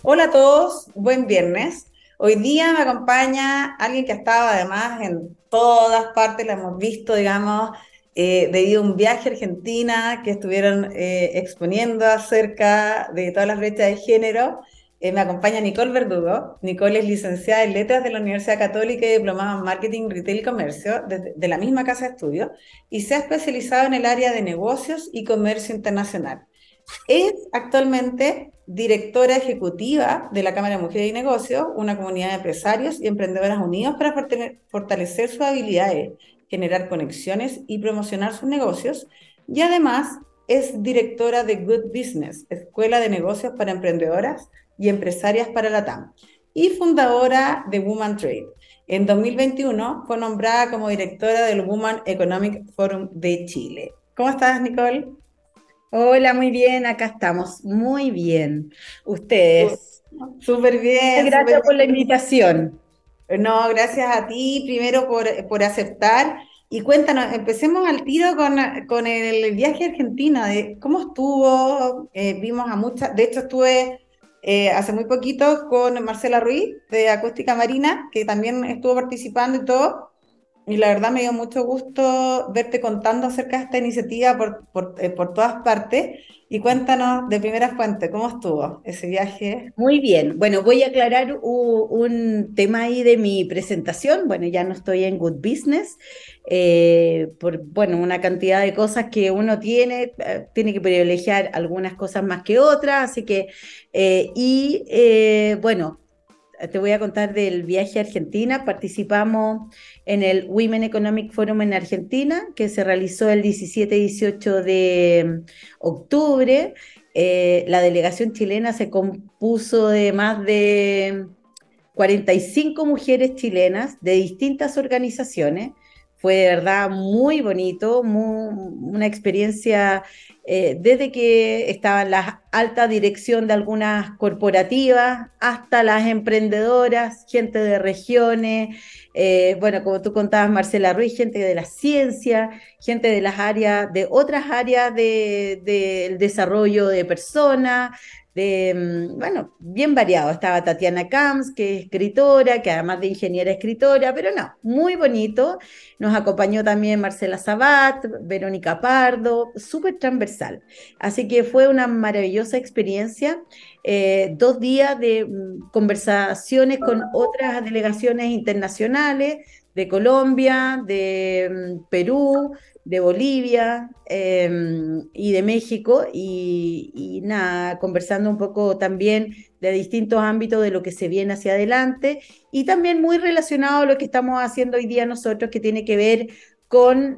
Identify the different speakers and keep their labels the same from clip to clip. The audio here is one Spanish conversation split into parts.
Speaker 1: Hola a todos, buen viernes. Hoy día me acompaña alguien que ha estado además en todas partes, la hemos visto, digamos, debido a un viaje a Argentina que estuvieron exponiendo acerca de todas las brechas de género. Me acompaña Nicole Verdugo. Nicole es licenciada en Letras de la Universidad Católica y diplomada en Marketing, Retail y Comercio de la misma casa de estudio y se ha especializado en el área de negocios y comercio internacional. Es actualmente directora ejecutiva de la Cámara de Mujeres y Negocios, una comunidad de empresarios y emprendedoras unidos para fortalecer sus habilidades, generar conexiones y promocionar sus negocios. Y además es directora de Good Business, Escuela de Negocios para Emprendedoras y Empresarias para la TAM, y fundadora de Woman Trade. En 2021 fue nombrada como directora del Woman Economic Forum de Chile. ¿Cómo estás, Nicole?
Speaker 2: Hola, muy bien, acá estamos, muy bien. Ustedes.
Speaker 1: Súper bien, súper
Speaker 2: Gracias por la
Speaker 1: bien.
Speaker 2: invitación.
Speaker 1: No, gracias a ti primero por aceptar. Y cuéntanos, empecemos al tiro con el viaje a Argentina. ¿Cómo estuvo? Vimos a muchas, de hecho estuve hace muy poquito con Marcela Ruiz de Acústica Marina, que también estuvo participando y todo. Y la verdad me dio mucho gusto verte contando acerca de esta iniciativa por todas partes. Y cuéntanos de primera fuente, ¿cómo estuvo ese viaje?
Speaker 2: Muy bien. Bueno, voy a aclarar un tema ahí de mi presentación. Bueno, ya no estoy en Good Business, por, bueno, una cantidad de cosas que uno tiene que privilegiar algunas cosas más que otras, así que, bueno. Te voy a contar del viaje a Argentina. Participamos en el Women Economic Forum en Argentina, que se realizó el 17 y 18 de octubre. La delegación chilena se compuso de más de 45 mujeres chilenas de distintas organizaciones. Fue de verdad muy bonito, una experiencia desde que estaba en la alta dirección de algunas corporativas hasta las emprendedoras, gente de regiones, bueno, como tú contabas, Marcela Ruiz, gente de la ciencia, gente de las áreas, de otras áreas del desarrollo de personas, bueno, bien variado. Estaba Tatiana Camps, que es escritora, que además de ingeniera escritora, pero no, muy bonito. Nos acompañó también Marcela Sabat, Verónica Pardo, súper transversal. Así que fue una maravillosa experiencia. 2 días de conversaciones con otras delegaciones internacionales de Colombia, de Perú, de Bolivia y de México y nada, conversando un poco también de distintos ámbitos de lo que se viene hacia adelante y también muy relacionado a lo que estamos haciendo hoy día nosotros, que tiene que ver con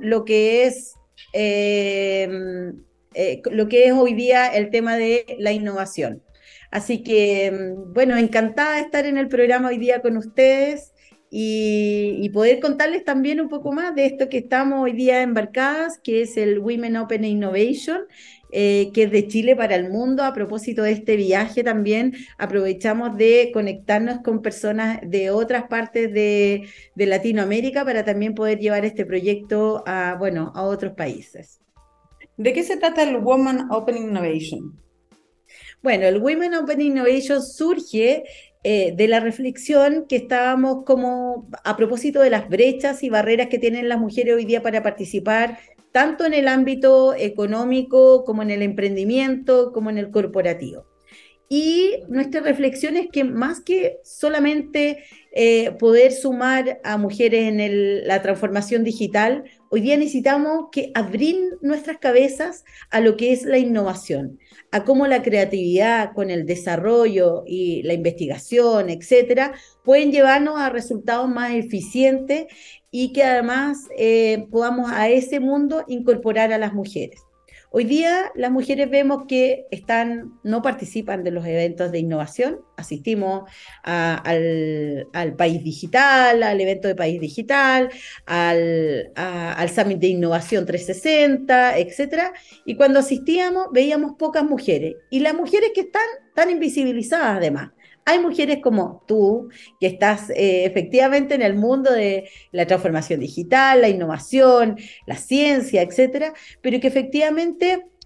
Speaker 2: eh, lo que es hoy día el tema de la innovación. Así que, bueno, encantada de estar en el programa hoy día con ustedes y poder contarles también un poco más de esto que estamos hoy día embarcadas, que es el Women Open Innovation, que es de Chile para el mundo. A propósito de este viaje también aprovechamos de conectarnos con personas de otras partes de Latinoamérica para también poder llevar este proyecto a, bueno, a otros países.
Speaker 1: ¿De qué se trata el Woman Open Innovation?
Speaker 2: Bueno, el Women Open Innovation surge de la reflexión que estábamos como a propósito de las brechas y barreras que tienen las mujeres hoy día para participar, tanto en el ámbito económico como en el emprendimiento, como en el corporativo. Y nuestra reflexión es que más que solamente poder sumar a mujeres en la transformación digital, hoy día necesitamos que abrir nuestras cabezas a lo que es la innovación, a cómo la creatividad con el desarrollo y la investigación, etcétera, pueden llevarnos a resultados más eficientes y que además podamos a ese mundo incorporar a las mujeres. Hoy día las mujeres vemos que no participan de los eventos de innovación, asistimos al País Digital, al evento de País Digital, al Summit de Innovación 360, etcétera, y cuando asistíamos veíamos pocas mujeres, y las mujeres que están invisibilizadas además. Hay mujeres como tú, que estás efectivamente en el mundo de la transformación digital, la innovación, la ciencia, etcétera, pero que efectivamente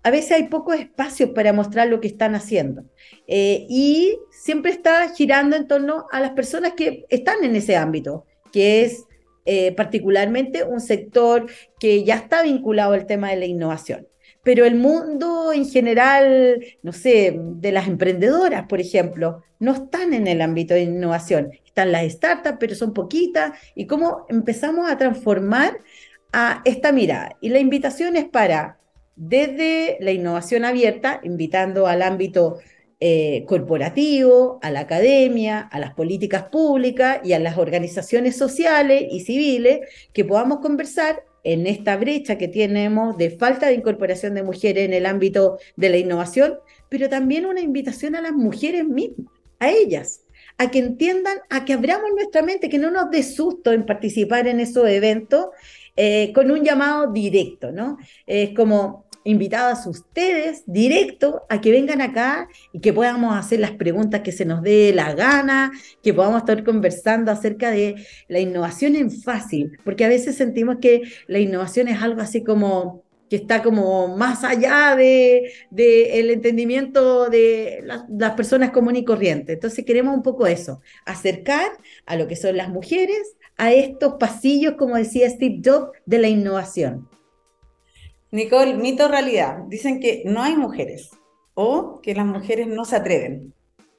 Speaker 2: a veces hay pocos espacios para mostrar lo que están haciendo. Y siempre está girando en torno a las personas que están en ese ámbito, que es particularmente un sector que ya está vinculado al tema de la innovación. Pero el mundo en general, no sé, de las emprendedoras, por ejemplo, no están en el ámbito de innovación. Están las startups, pero son poquitas. ¿Y cómo empezamos a transformar a esta mirada? Y la invitación es para, desde la innovación abierta, invitando al ámbito corporativo, a la academia, a las políticas públicas y a las organizaciones sociales y civiles, que podamos conversar en esta brecha que tenemos de falta de incorporación de mujeres en el ámbito de la innovación, pero también una invitación a las mujeres mismas, a ellas, a que entiendan, a que abramos nuestra mente, que no nos dé susto en participar en esos eventos, con un llamado directo, ¿no? Es como invitadas ustedes directo a que vengan acá y que podamos hacer las preguntas que se nos dé la gana, que podamos estar conversando acerca de la innovación en fácil, porque a veces sentimos que la innovación es algo así como que está como más allá de el entendimiento de las personas comunes y corrientes. Entonces queremos un poco eso, acercar a lo que son las mujeres a estos pasillos, como decía Steve Jobs, de la innovación.
Speaker 1: Nicole, mito o realidad. Dicen que no hay mujeres o que las mujeres no se atreven.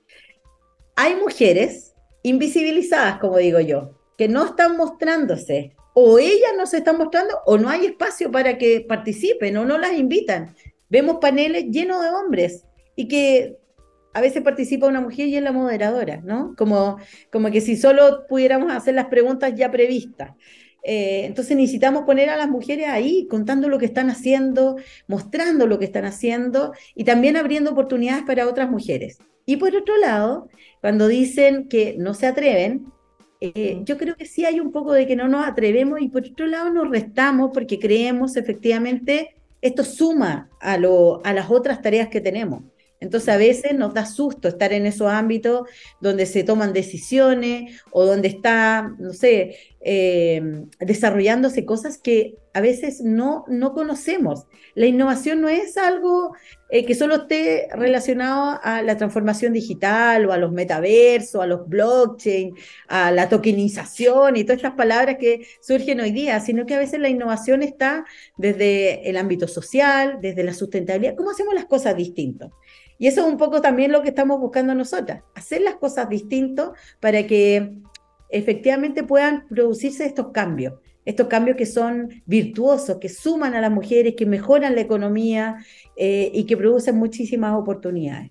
Speaker 2: Hay mujeres invisibilizadas, como digo yo, que no están mostrándose, o ellas no se están mostrando, o no hay espacio para que participen, o no las invitan. Vemos paneles llenos de hombres y que a veces participa una mujer y es la moderadora, ¿no? Como que si solo pudiéramos hacer las preguntas ya previstas. Entonces necesitamos poner a las mujeres ahí, contando lo que están haciendo, mostrando lo que están haciendo y también abriendo oportunidades para otras mujeres. Y por otro lado, cuando dicen que no se atreven, yo creo que sí hay un poco de que no nos atrevemos y por otro lado nos restamos porque creemos efectivamente esto suma a las otras tareas que tenemos. Entonces a veces nos da susto estar en esos ámbitos donde se toman decisiones o donde está, no sé, desarrollándose cosas que a veces no conocemos. La innovación no es algo que solo esté relacionado a la transformación digital o a los metaversos, a los blockchain, a la tokenización y todas estas palabras que surgen hoy día, sino que a veces la innovación está desde el ámbito social, desde la sustentabilidad, cómo hacemos las cosas distintas. Y eso es un poco también lo que estamos buscando nosotras, hacer las cosas distintas para que efectivamente puedan producirse estos cambios que son virtuosos, que suman a las mujeres, que mejoran la economía y que producen muchísimas oportunidades.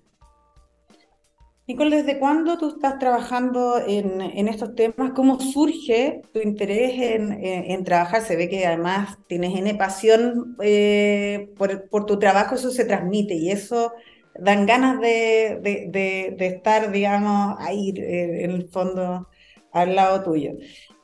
Speaker 1: Nicole, ¿desde cuándo tú estás trabajando en estos temas? ¿Cómo surge tu interés en trabajar? Se ve que además tienes N pasión por tu trabajo, eso se transmite y eso dan ganas de estar, digamos, ahí en el fondo al lado tuyo.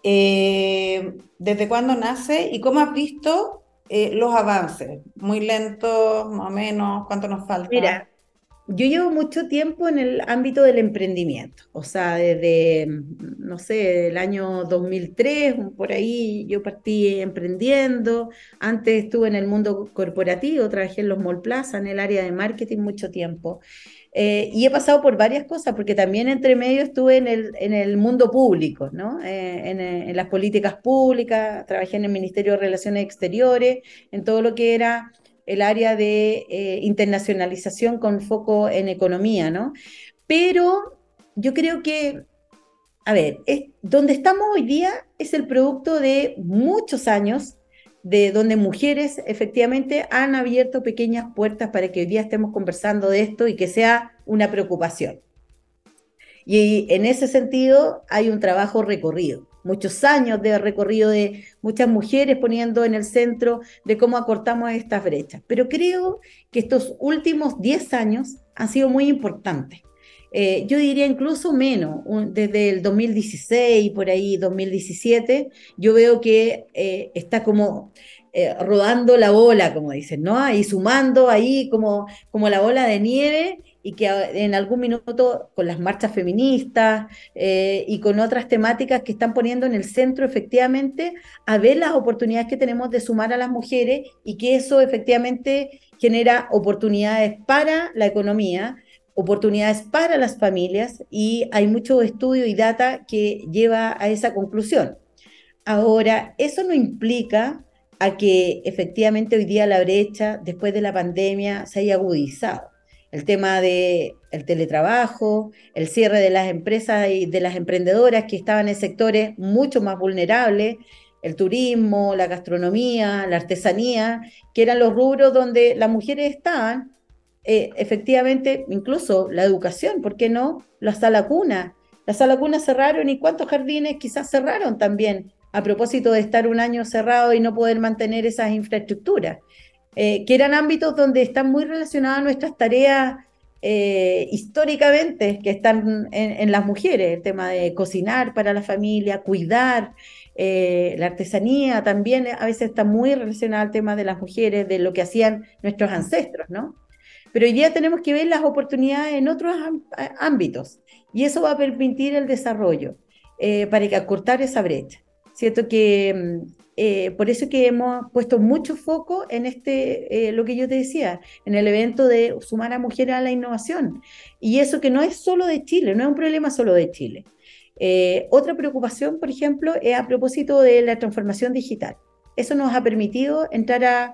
Speaker 1: ¿Desde cuándo nace y cómo has visto los avances? ¿Muy lentos, más o menos? ¿Cuánto nos falta?
Speaker 2: Mira, yo llevo mucho tiempo en el ámbito del emprendimiento, o sea, desde, no sé, el año 2003, por ahí yo partí emprendiendo, antes estuve en el mundo corporativo, trabajé en los Mall Plaza, en el área de marketing mucho tiempo, y he pasado por varias cosas, porque también entre medio estuve en el mundo público, ¿no? En las políticas públicas, trabajé en el Ministerio de Relaciones Exteriores, en todo lo que era el área de internacionalización con foco en economía, ¿no? Pero yo creo que, a ver, donde estamos hoy día es el producto de muchos años de donde mujeres efectivamente han abierto pequeñas puertas para que hoy día estemos conversando de esto y que sea una preocupación. Y en ese sentido hay un trabajo recorrido, muchos años de recorrido de muchas mujeres poniendo en el centro de cómo acortamos estas brechas. Pero creo que estos últimos 10 años han sido muy importantes. Yo diría incluso menos, desde el 2016, por ahí 2017, yo veo que está como rodando la bola, como dicen, ¿no? Ahí sumando, ahí como la bola de nieve, y que en algún minuto con las marchas feministas y con otras temáticas que están poniendo en el centro efectivamente a ver las oportunidades que tenemos de sumar a las mujeres y que eso efectivamente genera oportunidades para la economía, oportunidades para las familias y hay mucho estudio y data que lleva a esa conclusión. Ahora, eso no implica a que efectivamente hoy día la brecha después de la pandemia se haya agudizado. El tema del teletrabajo, el cierre de las empresas y de las emprendedoras que estaban en sectores mucho más vulnerables, el turismo, la gastronomía, la artesanía, que eran los rubros donde las mujeres estaban, efectivamente, incluso la educación, ¿por qué no? La sala cuna. La sala cuna cerraron y cuántos jardines quizás cerraron también a propósito de estar un año cerrado y no poder mantener esas infraestructuras, que eran ámbitos donde están muy relacionadas nuestras tareas históricamente, que están en las mujeres, el tema de cocinar para la familia, cuidar, la artesanía también a veces está muy relacionada al tema de las mujeres, de lo que hacían nuestros ancestros, ¿no? Pero hoy día tenemos que ver las oportunidades en otros ámbitos y eso va a permitir el desarrollo para que acortar esa brecha. Cierto que por eso que hemos puesto mucho foco en lo que yo te decía, en el evento de sumar a mujeres a la innovación. Y eso que no es solo de Chile, no es un problema solo de Chile. Otra preocupación, por ejemplo, es a propósito de la transformación digital. Eso nos ha permitido entrar a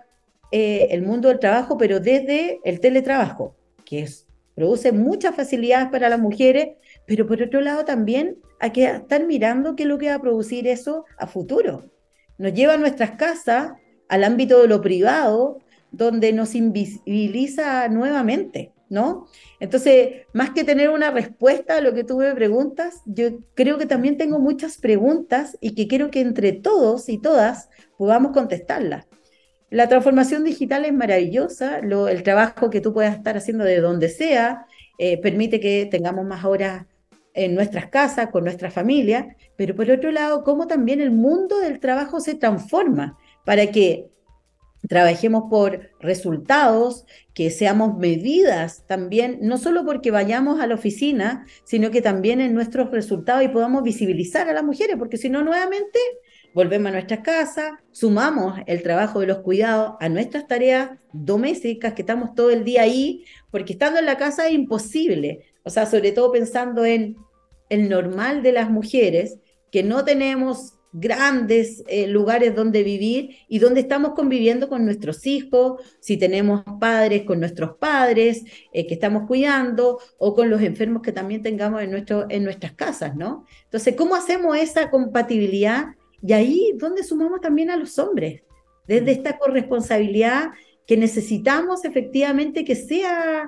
Speaker 2: el mundo del trabajo, pero desde el teletrabajo, produce muchas facilidades para las mujeres, pero por otro lado también hay que estar mirando qué es lo que va a producir eso a futuro. Nos lleva a nuestras casas, al ámbito de lo privado, donde nos invisibiliza nuevamente, ¿no? Entonces, más que tener una respuesta a lo que tú me preguntas, yo creo que también tengo muchas preguntas y que quiero que entre todos y todas podamos contestarlas. La transformación digital es maravillosa, el trabajo que tú puedas estar haciendo de donde sea, permite que tengamos más horas en nuestras casas, con nuestra familia, pero por otro lado, cómo también el mundo del trabajo se transforma para que trabajemos por resultados, que seamos medidas también, no solo porque vayamos a la oficina, sino que también en nuestros resultados y podamos visibilizar a las mujeres, porque si no, nuevamente volvemos a nuestras casas, sumamos el trabajo de los cuidados a nuestras tareas domésticas, que estamos todo el día ahí, porque estando en la casa es imposible, o sea, sobre todo pensando en el normal de las mujeres, que no tenemos grandes lugares donde vivir y donde estamos conviviendo con nuestros hijos, si tenemos padres con nuestros padres que estamos cuidando o con los enfermos que también tengamos en nuestras casas, ¿no? Entonces, ¿cómo hacemos esa compatibilidad? Y ahí donde sumamos también a los hombres, desde esta corresponsabilidad que necesitamos efectivamente que sea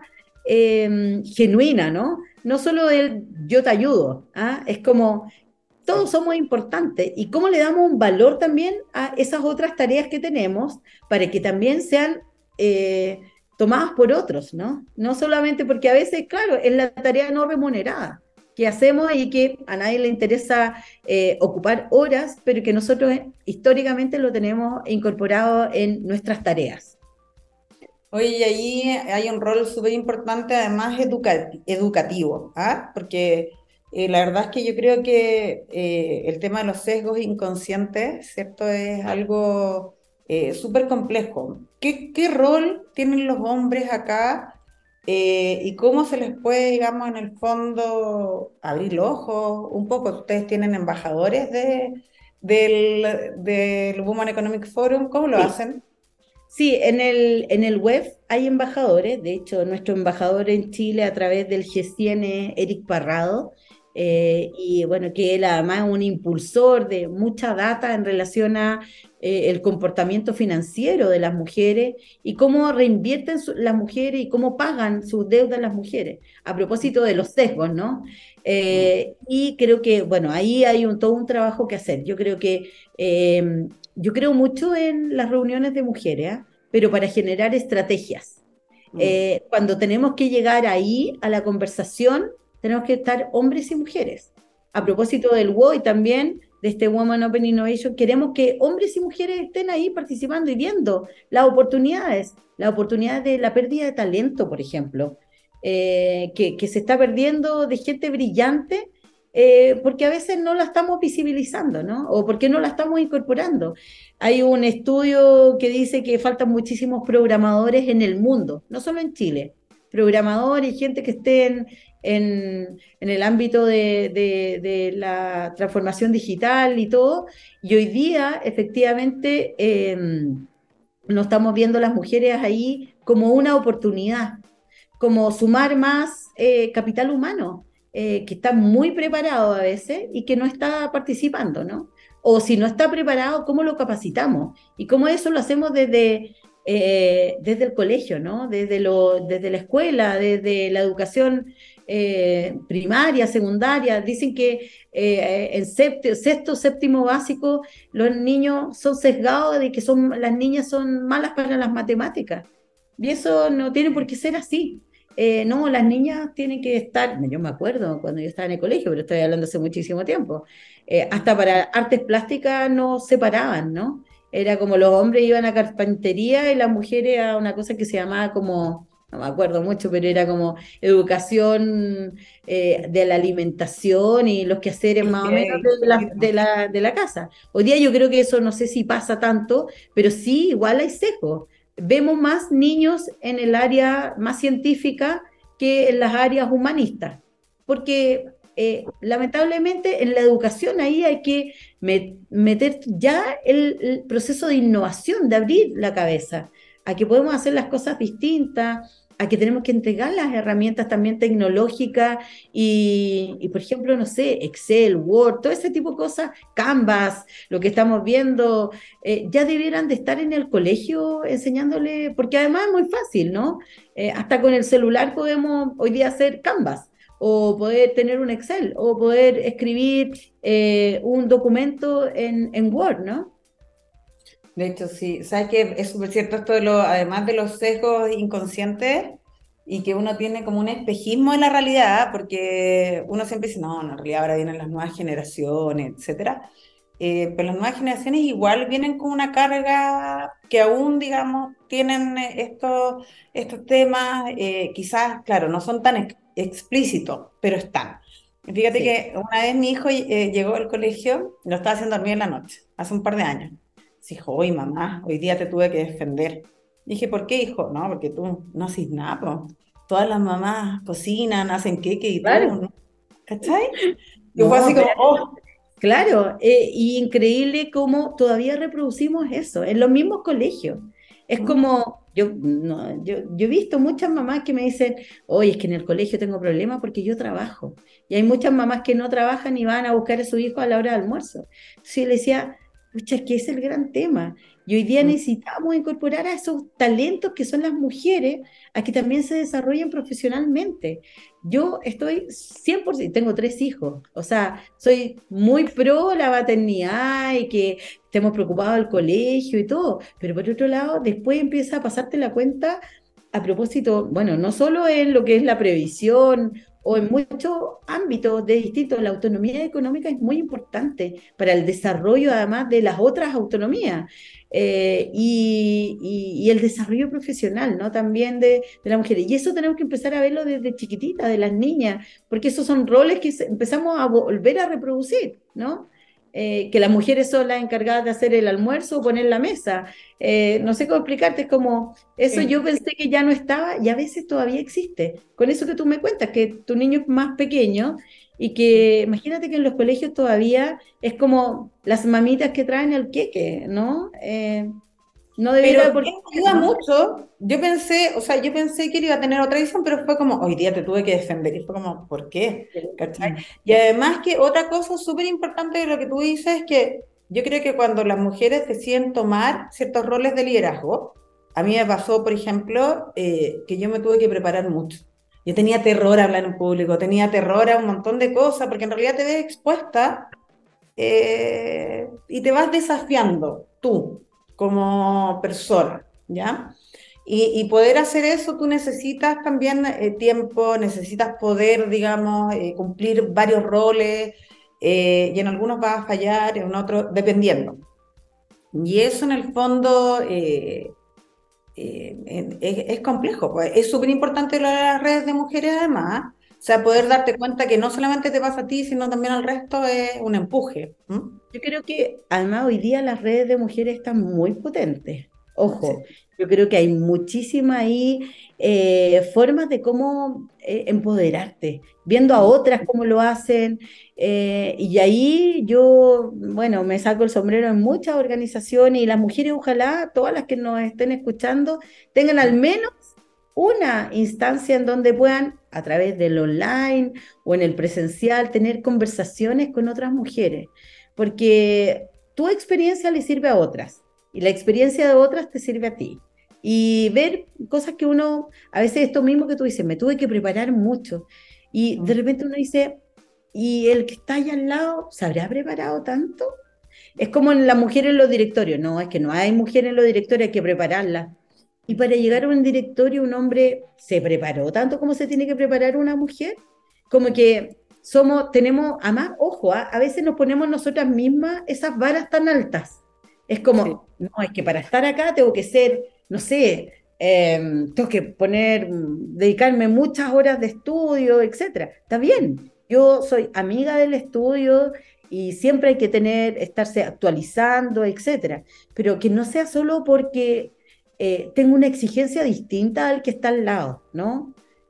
Speaker 2: genuina, ¿no? No solo el yo te ayudo, ¿ah? Es como todos somos importantes y cómo le damos un valor también a esas otras tareas que tenemos para que también sean tomadas por otros, ¿no? No solamente porque a veces, claro, es la tarea no remunerada que hacemos y que a nadie le interesa ocupar horas, pero que nosotros históricamente lo tenemos incorporado en nuestras tareas.
Speaker 1: Oye, y ahí hay un rol súper importante, además educativo, ¿ah? Porque la verdad es que yo creo que el tema de los sesgos inconscientes, ¿cierto? Es algo súper complejo. ¿Qué rol tienen los hombres acá y cómo se les puede, digamos, en el fondo abrir los ojos un poco? Ustedes tienen embajadores del Women Economic Forum, ¿cómo lo
Speaker 2: Sí.
Speaker 1: hacen?
Speaker 2: Sí, en el web hay embajadores, de hecho nuestro embajador en Chile a través del G100 es Eric Parrado, y bueno, que él además es un impulsor de mucha data en relación a el comportamiento financiero de las mujeres y cómo reinvierten las mujeres y cómo pagan sus deudas las mujeres, a propósito de los sesgos, ¿no? Y creo que, bueno, ahí hay todo un trabajo que hacer. Yo creo mucho en las reuniones de mujeres, ¿eh? Pero para generar estrategias.
Speaker 1: Mm.
Speaker 2: Cuando tenemos que llegar ahí a la conversación, tenemos que estar hombres y mujeres. A propósito del WOI también, de este Women Open Innovation, queremos que hombres y mujeres estén ahí participando y viendo las oportunidades de la pérdida de talento, por ejemplo. que se está perdiendo de gente brillante, porque a veces no la estamos visibilizando, ¿no? O porque no la estamos incorporando. Hay un estudio que dice que faltan muchísimos programadores en el mundo, no solo en Chile, programadores y gente que esté en el ámbito de la transformación digital y todo, y hoy día efectivamente nos estamos viendo las mujeres ahí como una oportunidad, como sumar más capital humano, que está muy preparado a veces y que no está participando, ¿no? O si no está preparado, ¿cómo lo capacitamos? Y cómo eso lo hacemos desde el colegio, ¿no? Desde la escuela, desde la educación primaria, secundaria. Dicen que en sexto, séptimo básico, los niños son sesgados de que las niñas son malas para las matemáticas. Y eso no tiene por qué ser así. No, las niñas tienen que estar, yo me acuerdo cuando yo estaba en el colegio, pero estoy hablando hace muchísimo tiempo, hasta para artes plásticas nos separaban, ¿no? Era como los hombres iban a carpintería y las mujeres a una cosa que se llamaba como, no me acuerdo mucho, pero era como educación de la alimentación y los quehaceres más o menos
Speaker 1: Ok,
Speaker 2: de la casa. Hoy día yo creo que eso no sé si pasa tanto, pero sí, igual hay sesgos. Vemos más niños en el área más científica que en las áreas humanistas, porque lamentablemente en la educación ahí hay que meter ya el proceso de innovación, de abrir la cabeza, a que podemos hacer las cosas distintas, a que tenemos que entregar las herramientas también tecnológicas por ejemplo, no sé, Excel, Word, todo ese tipo de cosas, Canvas, lo que estamos viendo, ya debieran de estar en el colegio enseñándole, porque además es muy fácil, ¿no? Hasta con el celular podemos hoy día hacer Canvas, o poder tener un Excel, o poder escribir un documento en Word, ¿no?
Speaker 1: de hecho, sí, sabes que es súper cierto esto de además de los sesgos inconscientes y que uno tiene como un espejismo en la realidad, porque uno siempre dice, no, en realidad ahora vienen las nuevas generaciones, etcétera. Pero las nuevas generaciones igual vienen con una carga que aún, digamos, tienen estos temas, quizás, claro, no son tan explícitos, pero están. Fíjate
Speaker 2: Sí.
Speaker 1: que una vez mi hijo llegó al colegio, lo estaba haciendo dormir en la noche, hace un par de años. Se dijo, hoy mamá, hoy día te tuve que defender. Dije, ¿por qué, hijo? No, porque tú no haces nada, po. Todas las mamás cocinan, hacen queque y tú,
Speaker 2: Claro.
Speaker 1: ¿no? ¿Cachai? Y fue
Speaker 2: No,
Speaker 1: así como,
Speaker 2: pero
Speaker 1: oh,
Speaker 2: claro, y increíble cómo todavía reproducimos eso en los mismos colegios. Es
Speaker 1: ¿mm?
Speaker 2: como, yo, no, yo he visto muchas mamás que me dicen, oye, es que en el colegio tengo problemas porque yo trabajo. Y hay muchas mamás que no trabajan y van a buscar a su hijo a la hora de almuerzo. Entonces yo le decía, pucha, es que es el gran tema. Y hoy día
Speaker 1: Mm.
Speaker 2: necesitamos incorporar a esos talentos que son las mujeres a que también se desarrollen profesionalmente. Yo estoy 100%, tengo 3 hijos, o sea, soy muy pro la maternidad y que estemos preocupados del colegio y todo, pero por otro lado, después empieza a pasarte la cuenta a propósito, bueno, no solo en lo que es la previsión o en muchos ámbitos de distintos, la autonomía económica es muy importante para el desarrollo además de las otras autonomías. Y el desarrollo profesional, ¿no? También de las mujeres. Y eso tenemos que empezar a verlo desde chiquitita, de las niñas, porque esos son roles que empezamos a volver a reproducir, ¿no? Que las mujeres son las encargadas de hacer el almuerzo o poner la mesa. No sé cómo explicarte, es como, eso
Speaker 1: Sí.
Speaker 2: yo pensé que ya no estaba y a veces todavía existe. Con eso que tú me cuentas, que tu niño es más pequeño y que imagínate que en los colegios todavía es como las mamitas que traen el queque, ¿no? No
Speaker 1: Pero
Speaker 2: debiera por qué
Speaker 1: eso
Speaker 2: ser,
Speaker 1: ayuda
Speaker 2: ¿no?
Speaker 1: mucho. Yo pensé, o sea, yo pensé que él iba a tener otra visión, pero fue como, hoy día te tuve que defender. Y fue como, ¿por qué? ¿Cachai?
Speaker 2: Mm.
Speaker 1: Y además que otra cosa súper importante de lo que tú dices es que yo creo que cuando las mujeres deciden tomar ciertos roles de liderazgo, a mí me pasó, por ejemplo, que yo me tuve que preparar mucho. Yo tenía terror a hablar en público, tenía terror a un montón de cosas, porque en realidad te ves expuesta y te vas desafiando tú como persona, ¿ya? Y poder hacer eso, tú necesitas también tiempo, necesitas poder, digamos, cumplir varios roles, y en algunos vas a fallar, en otros, dependiendo. Y eso en el fondo es complejo, pues. Es súper importante lo de las redes de mujeres además. O sea, poder darte cuenta que no solamente te pasa a ti, sino también al resto es un empuje. ¿M?
Speaker 2: Yo creo que además hoy día las redes de mujeres están muy potentes.
Speaker 1: Sí.
Speaker 2: Ojo, yo creo que hay muchísimas ahí formas de cómo empoderarte, viendo a
Speaker 1: Mm.
Speaker 2: otras cómo lo hacen. Y ahí yo, bueno, me saco el sombrero en muchas organizaciones y las mujeres, ojalá, todas las que nos estén escuchando, tengan al menos una instancia en donde puedan, a través del online o en el presencial, tener conversaciones con otras mujeres porque tu experiencia le sirve a otras y la experiencia de otras te sirve a ti. Y ver cosas que uno, a veces esto mismo que tú dices, me tuve que preparar mucho y de
Speaker 1: Mm.
Speaker 2: repente uno dice, ¿y el que está allá al lado se habrá preparado tanto? Es como en la mujer en los directorios, no, es que no hay mujer en los directorios, hay que prepararla. Y para llegar a un directorio, un hombre se preparó tanto como se tiene que preparar una mujer, como que tenemos, además, ojo, a veces nos ponemos nosotras mismas esas varas tan altas. Es
Speaker 1: Sí.
Speaker 2: como, no, es que para estar acá tengo que ser, no sé, tengo que poner, dedicarme muchas horas de estudio, etcétera. Está bien, yo soy amiga del estudio, y siempre hay que estarse actualizando, etcétera, pero que no sea solo porque tengo una exigencia distinta al que está al lado, ¿no?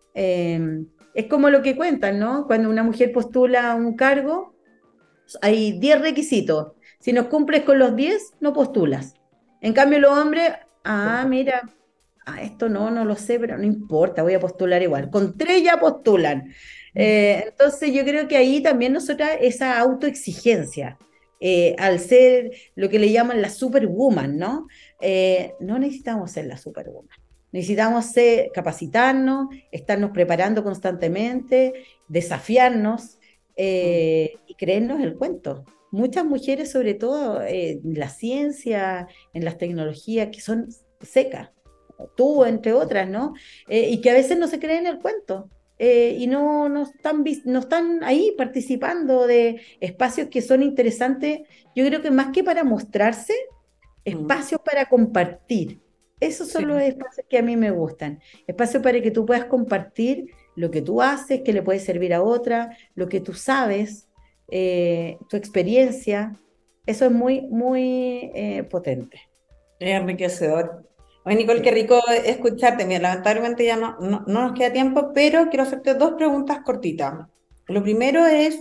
Speaker 2: Es como lo que cuentan, ¿no? Cuando una mujer postula un cargo, hay 10 requisitos. Si no cumples con los 10 no postulas. En cambio, los hombres, mira, esto no lo sé, pero no importa, voy a postular igual. Con 3 ya postulan. Entonces yo creo que ahí también nosotras esa autoexigencia, al ser lo que le llaman la superwoman, ¿no? No necesitamos ser la superwoman. Necesitamos capacitarnos, estarnos preparando constantemente, desafiarnos y creernos el cuento. Muchas mujeres, sobre todo en la ciencia, en las tecnologías, que son secas, tú, entre otras, ¿no? Y que a veces no se creen el cuento. Y no están ahí participando de espacios que son interesantes, yo creo que más que para mostrarse,
Speaker 1: Mm.
Speaker 2: espacios para compartir. Esos son los
Speaker 1: Sí.
Speaker 2: espacios que a mí me gustan. Espacios para que tú puedas compartir lo que tú haces, que le puede servir a otra, lo que tú sabes, tu experiencia. Eso es muy, muy potente.
Speaker 1: Es enriquecedor. Oye, Nicole, qué
Speaker 2: Sí.
Speaker 1: rico escucharte. Mira, lamentablemente ya no nos queda tiempo, pero quiero hacerte dos preguntas cortitas. Lo primero es,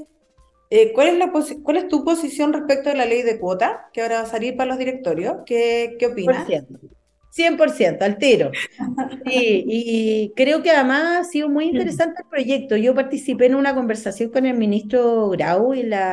Speaker 1: ¿cuál es tu posición respecto de la ley de cuota que ahora va a salir para los directorios? ¿Qué opinas?
Speaker 2: 100%. 100%, al tiro. Sí, y creo que además ha sido muy interesante el proyecto. Yo participé en una conversación con el ministro Grau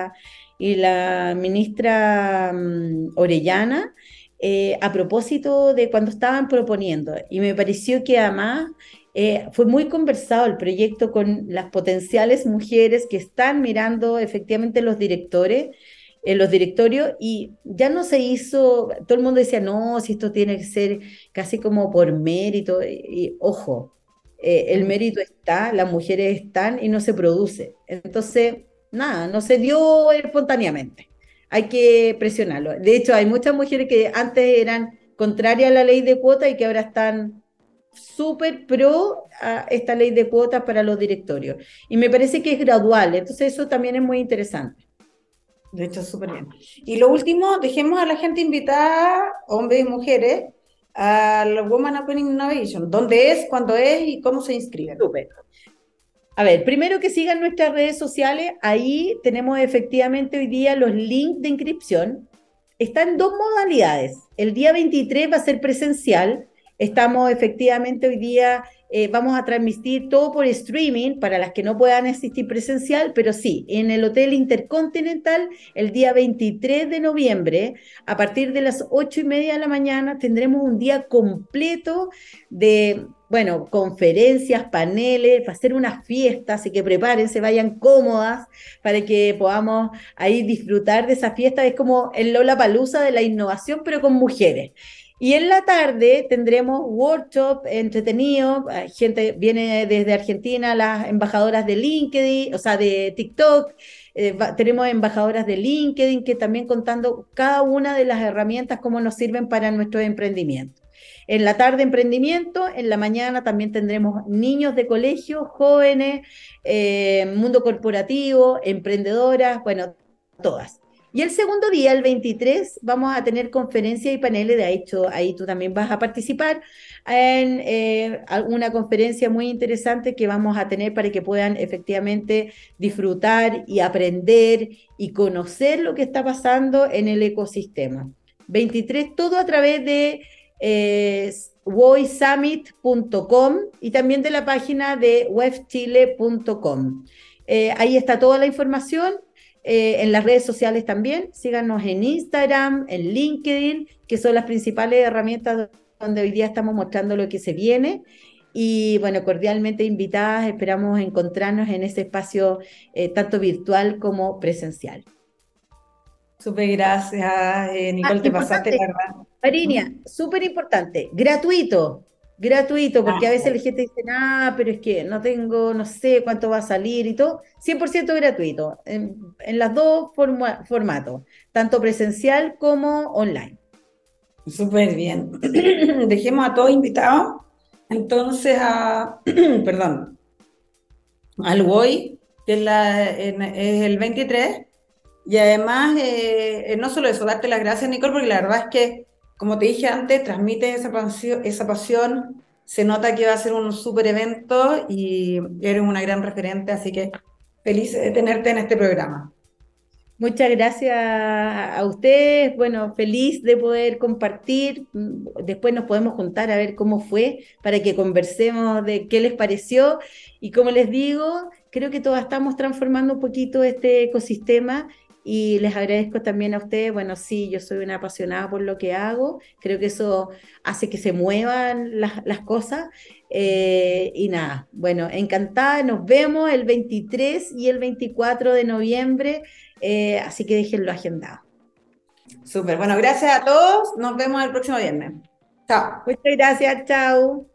Speaker 2: y la ministra Orellana a propósito de cuando estaban proponiendo. Y me pareció que además fue muy conversado el proyecto con las potenciales mujeres que están mirando efectivamente los directores. En los directorios y ya no se hizo, todo el mundo decía, no, si esto tiene que ser casi como por mérito, y ojo, el
Speaker 1: Mm.
Speaker 2: mérito está, las mujeres están y no se produce. Entonces, nada, no se dio espontáneamente. Hay que presionarlo. De hecho, hay muchas mujeres que antes eran contrarias a la ley de cuotas y que ahora están súper pro a esta ley de cuotas para los directorios. Y me parece que es gradual, entonces eso también es muy interesante.
Speaker 1: De hecho, súper bien. Y lo último, dejemos a la gente invitada, hombres y mujeres, al Woman Opening Innovation. ¿Dónde es, cuándo es y cómo se inscriben?
Speaker 2: Súper. A ver, primero que sigan nuestras redes sociales, ahí tenemos efectivamente hoy día los links de inscripción. Está en dos modalidades. El día 23 va a ser presencial. Estamos efectivamente hoy día, vamos a transmitir todo por streaming para las que no puedan asistir presencial, pero sí, en el Hotel Intercontinental, el día 23 de noviembre, a partir de las 8:30 de la mañana, tendremos un día completo de, bueno, conferencias, paneles, va a ser una fiesta, así que prepárense, vayan cómodas para que podamos ahí disfrutar de esa fiesta. Es como el Lollapalooza de la innovación, pero con mujeres. Y en la tarde tendremos workshop entretenido, gente viene desde Argentina, las embajadoras de LinkedIn, o sea, de TikTok, tenemos embajadoras de LinkedIn que también contando cada una de las herramientas, cómo nos sirven para nuestro emprendimiento. En la tarde emprendimiento, en la mañana también tendremos niños de colegio, jóvenes, mundo corporativo, emprendedoras, bueno, todas. Y el segundo día, el 23, vamos a tener conferencias y paneles, de hecho, ahí tú también vas a participar en una conferencia muy interesante que vamos a tener para que puedan efectivamente disfrutar y aprender y conocer lo que está pasando en el ecosistema. 23, todo a través de woysummit.com y también de la página de webchile.com. Ahí está toda la información. En las redes sociales también, síganos en Instagram, en LinkedIn, que son las principales herramientas donde hoy día estamos mostrando lo que se viene. Y bueno, cordialmente invitadas, esperamos encontrarnos en ese espacio tanto virtual como presencial.
Speaker 1: Súper gracias, Nicole, te pasaste, la
Speaker 2: Importante,
Speaker 1: verdad.
Speaker 2: Marinia, súper importante, gratuito, gratuito, porque a
Speaker 1: Ah,
Speaker 2: veces la gente dice, ah, pero es que no tengo, no sé cuánto va a salir y todo, 100% gratuito, en las dos formatos, tanto presencial como online.
Speaker 1: súper bien. Dejemos a todos invitados. Entonces, perdón, al WOY, que es el 23. Y además, no solo eso, darte las gracias, Nicole, porque la verdad es que, como te dije antes, transmites esa pasión, se nota que va a ser un súper evento y eres una gran referente, así que feliz de tenerte en este programa.
Speaker 2: Muchas gracias a ustedes. Bueno, feliz de poder compartir. Después nos podemos juntar a ver cómo fue para que conversemos de qué les pareció. Y como les digo, creo que todos estamos transformando un poquito este ecosistema y les agradezco también a ustedes. Bueno, sí, yo soy una apasionada por lo que hago. Creo que eso hace que se muevan las cosas. Y nada, bueno, encantada. Nos vemos el 23 y el 24 de noviembre. Así que déjenlo agendado.
Speaker 1: Súper, bueno, gracias a todos, nos vemos el próximo viernes. Chao.
Speaker 2: Muchas gracias, chao.